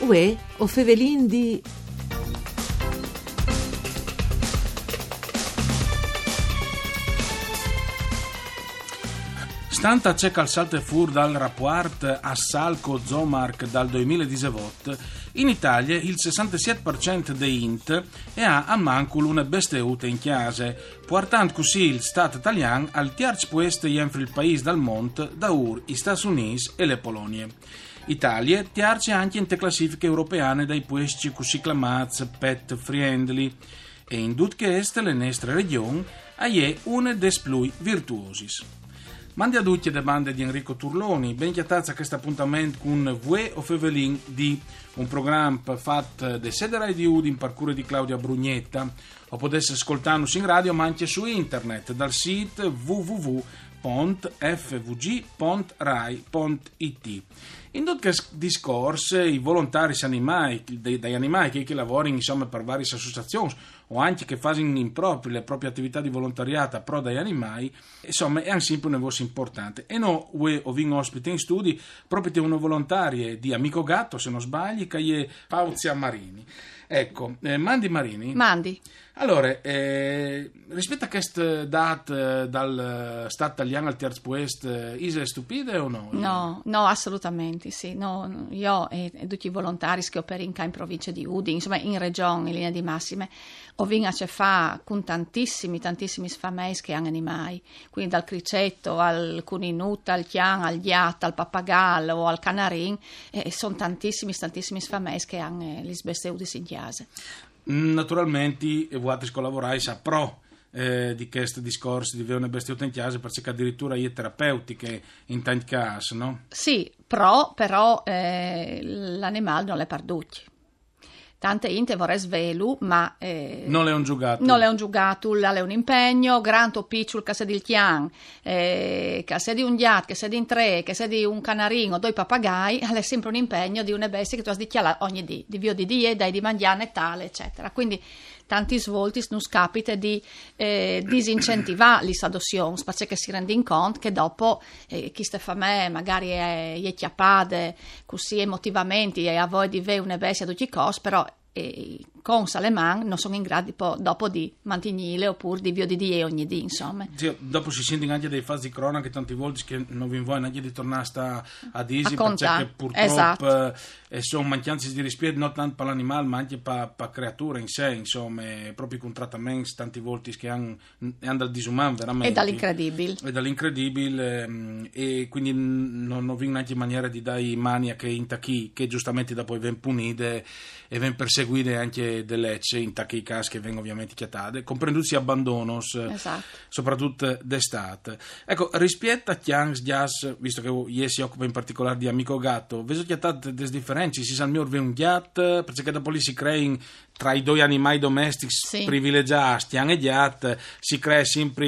Uè, o fevelin di... Stanta c'è calzate fur dal rapport a Salco Zomark dal 2018, in Italia il 67% dei int e ha a mancul una besteute in chiase, portando così il Stato italiano al terzo posto entro il paese dal mondo da i Stati Uniti e le Polonie. Italia terza anche in te classifiche europeane dai posti così chiamati pet friendly e in tutte le nostre regioni è una des più virtuosis. Mandi a tutti le bande di Enrico Turloni, ben chiatazza a questo appuntamento con Vue o Fevelin di un programma fatto da Sederai di Udi in parcure di Claudia Brugnetta, o potesse ascoltarci in radio ma anche su internet dal sito www.fvg.rai.it. In tutto discorso i volontari animali, dagli animali che lavorano insomma per varie associazioni o anche che fanno in proprio le proprie attività di volontariato pro dagli animali, insomma è sempre una voce importante. E no, ho vinto ospite in studi proprio di una volontaria di Amico Gatto, se non sbagli, che è Pauzia Marini. Ecco, Mandi Marini? Mandi. Allora, rispetto a questa data dal Stato italiano al terzo posto, è stupida o no? No, assolutamente sì. No, io e tutti i volontari che operano in provincia di Udine, insomma in regione, in linea di massime, ho vinto a ce fa con tantissimi sfamei che hanno animali, quindi dal cricetto al cuninut, al chian, al ghiatta, al pappagallo o al canarin, sono tantissimi sfamei che hanno le bestie udisi in chiesa. Naturalmente voi collaborai a pro di questo discorso di avere una bestia in chiesa perché addirittura è terapeutiche in tanti casi, no? Sì, però l'animale non le perduti. Tante inte vorrei svelu, ma non è un giocato. Non è un giocato, è un impegno, grande o piccolo che sia di tian, che sia di un ghiat, che sia di un tre, che sia di un canarino, due pappagai, è sempre un impegno di una bestia che tu has di chiala ogni dì, di vio di die, dai di mangiare e tale, eccetera. Quindi tanti svolti non scapita di disincentivare l'adozione, perché si rende in conto che dopo chi sta fa me magari è chiappade così emotivamente e a voi di avere una bestia a tutti i costi, però con Saleman non sono in grado dopo di mantenere oppure di vio di die ogni dì, insomma. Sì, dopo si sentono anche dei fasi di cronaca tante volte che non vi vogliono neanche di tornare a Disi perché purtroppo esatto. Sono mancanze di rispetto non tanto per l'animale ma anche per la creatura in sé, insomma, proprio con trattamenti tante volte che hanno dal disumano veramente. E dall'incredibile. E quindi non vi neanche maniera di dare mani a che intacchi che giustamente dopo vengono punite e vengono perseguite anche delle lecce in tacchi casi che vengono ovviamente chiatate, comprenduti abbandonos, esatto. Soprattutto d'estate. Ecco, rispetto a Chiang Jazz, visto che ieri si occupa in particolare di Amico Gatto, vedo chiatate des differenze, si sa miglior un gat, perché dopo lì si crea tra i due animali domestici privilegiati, Tian e Giat, si crea sempre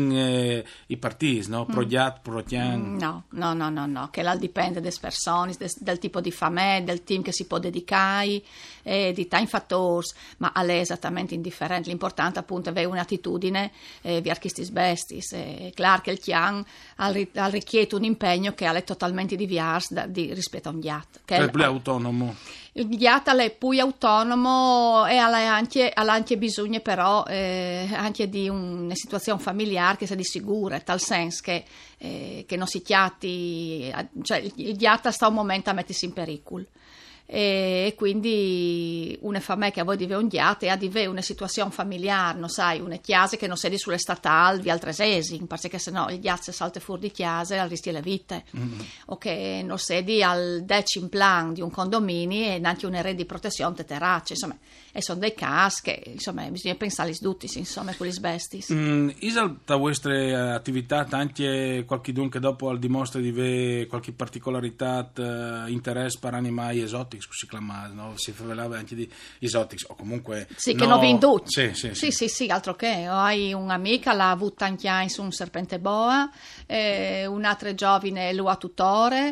i partiti, no? Pro Giat, pro Tian. No, che là dipende dalle persone, del tipo di famiglia, del team che si può dedicare, di time factors, ma è esattamente indifferente. L'importante appunto è avere un'attitudine vi archisti bestis. È chiaro che il Tian richiede un impegno che è totalmente diverso rispetto a un Giat. Che è più autonomo. Il ghiata è più autonomo e ha anche bisogno però anche di una situazione familiare che sia di sicura, tal senso che non si chiatti, cioè il ghiata sta un momento a mettersi in pericolo. E quindi una famiglia che a voi di un ghiata e ha di avere una situazione familiare, non sai, una chiesa che non sia di sulle statali vi al tresesi, perché sennò il ghiata salta fuori di chiesa al rischio delle vite, o che non sia di al decim plan di un condominio e anche un erede di protezione teteracce, insomma, e sono dei casi che insomma bisogna pensare agli tutti, insomma, quelli sbestis. Da vostre attività anche qualche dunque dopo al dimostra di avere qualche particolarità, interesse per animali esotici? Si chiamava, no? Si parlava anche di esotics o comunque sì, che non vi induci. Sì, altro che hai un'amica l'ha avuta anche su un serpente boa, un'altra giovane lo ha tutore,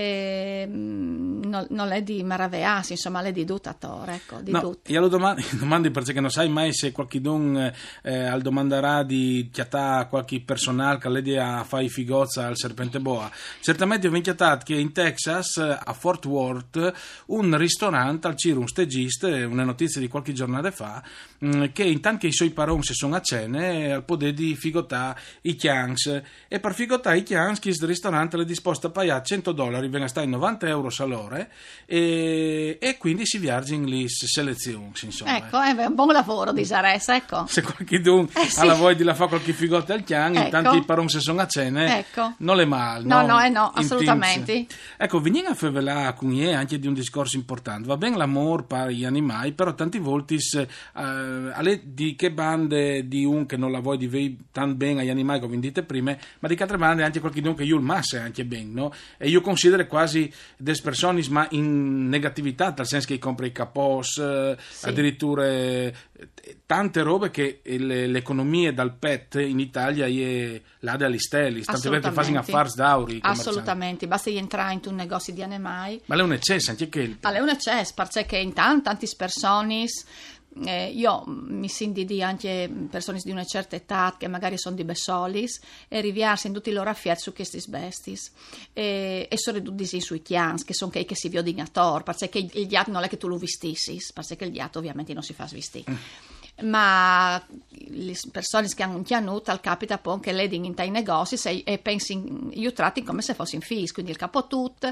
non è di maravigliarsi, insomma, è di dutatore, ecco, di tutto. Io lo domandi perché non sai mai se qualcuno al domanderà di chiatà qualche personale che lei a fare i figozza al serpente boa. Certamente ho chiatato che in Texas a Fort Worth un ristorante al Ciro, un stagista, una notizia di qualche giornata fa, che intanto che i suoi paroni si sono a cene al potere di figotà i chians, e per figotà i chians il ristorante è disposto a pagare $100, venga a stare €90 salore, e quindi si viaggia in le selezioni, insomma. Ecco, è un buon lavoro di Zares, ecco. Se qualcuno sì. ha la voglia di la fare qualche figotà al chian, Ecco. intanto i paroni si sono a cene, Ecco. non è male. No, assolutamente. Ecco, veniamo a favelare con lei anche di un discorso importante. Va bene l'amore per gli animali, però tanti volti di che bande di un che non la vuoi di vei tan bene agli animali come dite prima, ma di che altre bande anche qualche che io il massa anche bene, no? E io considero quasi des personis ma in negatività, nel senso che compra i capos, sì. addirittura tante robe che l'economia dal pet in Italia è l'ade agli stelli, tante volte fanno affari d'auri. Assolutamente, basta entrare in un negozio di animali. Ma è un eccesso anche che è un eccesso, perché in tanti personis, io mi sento di anche persone di una certa età che magari sono di bessolis e riviarsi in tutti i loro affietti su questi bestis e sono tutti sui chians che sono che si vedono a tor, perché il diato non è che tu lo vestissi, perché il diato ovviamente non si fa svestire. Ma le persone che hanno un chianuto al capita poi che ledono in tai negozi e pensano io tratti come se fossi in fis, quindi il capotut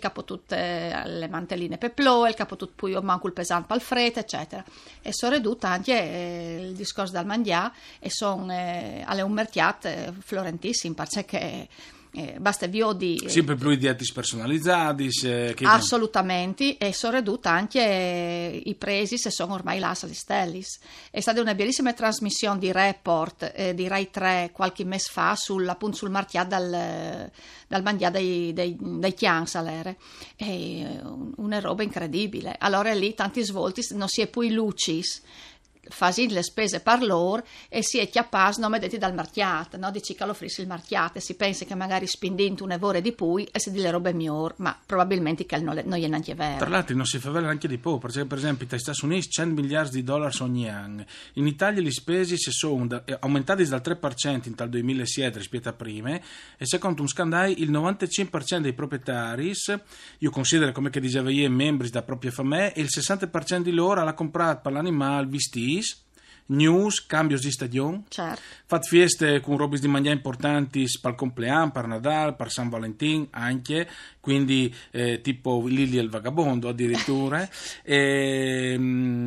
le mantelline peplò, il capotut poi io manco il pesante al freddo eccetera, e sono ridotta anche il discorso dal mangià e sono alle un mercato florentissimo perché basta di sempre più dieti personalizzati assolutamente, e sono ridotta anche i presi se sono ormai là agli stellis. È stata una bellissima trasmissione di report di Rai 3 qualche mese fa appunto sul marchià dal mangià dei chians all'ere, è una roba incredibile. Allora lì tanti svolti non si è poi lucis fasi le spese per loro e si è chiappas nome detti dal marchiato, no? Dici che lo frissi il marchiato e si pensa che magari spindendo un'evore di pui e si di le robe miglior, ma probabilmente che non è neanche vero. Tra l'altro non si fa vedere anche di po', perché per esempio negli Stati Uniti $100 miliardi ogni anno, in Italia le spese si sono aumentati dal 3% in tal 2007 rispetto a prima, e secondo un scandalo il 95% dei proprietari, io considero come che diceva io, membri da propria famiglia, e il 60% di loro l'ha comprato per l'animale vestiti, news, cambios di stagione, certo. Fat feste con robe di mangiare importanti per il compleanno, per Nadal, per San Valentin anche, quindi tipo Lili il vagabondo addirittura, che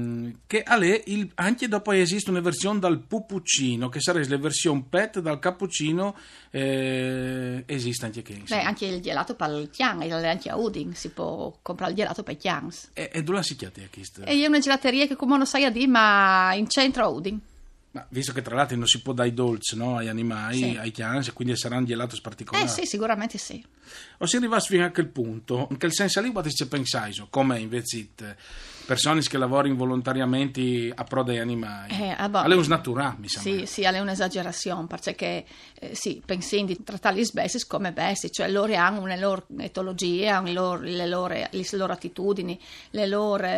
anche dopo esiste una versione dal pupuccino, che sarebbe la versione pet dal cappuccino, esiste anche che. Beh, anche il gelato per il chian, anche a Udin si può comprare il gelato per i chians. E dove la si chiama questo? E è una gelateria che come non sai a dire, ma in centro a Udin. Ma visto che tra l'altro non si può dare dolce, no, agli animali, sì, ai chians, quindi saranno gelato particolari. Sì, sicuramente sì. O si arriva fino a quel punto, in quel senso lì, quando ci pensai, come invece persone che lavorano volontariamente a pro degli animali, è un snaturà, mi sembra. Sì, è un'esagerazione, perché sì, pensando di trattare gli bestie come bestie, cioè loro hanno una loro etologia, le loro attitudini, i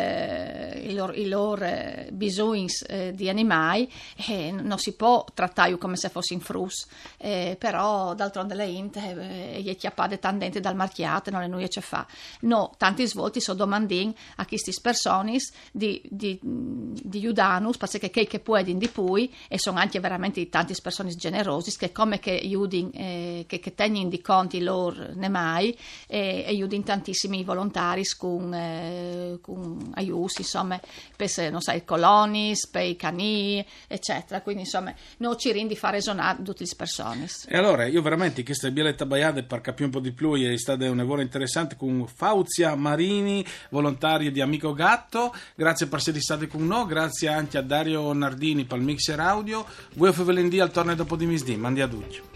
loro bisogni di animali, e non si può trattare come se fossi in frus, però d'altronde le inte gli chiappate tendenti dal marchiato, non le noi ce fa. No, tanti svolti so domandin a questi persone di Iudanus, perché che può di pui, e sono anche veramente tanti persone generosi che come che Iudin che tengono di conti i loro ne mai, e Iudin tantissimi volontari con aiuti, insomma, per non sai, colonis, per i cani, eccetera. Quindi insomma non ci rindi fare ragionare tutte le persone. E allora io veramente questa bieletta baiade per capire un po' di più è stata un lavoro interessante con Fauzia Marini, volontaria di Amico Gatto. Grazie per essere stati con noi, grazie anche a Dario Nardini per il mixer audio. Voi a Fevelendì al torneo dopo di misdì, mandi a tutti.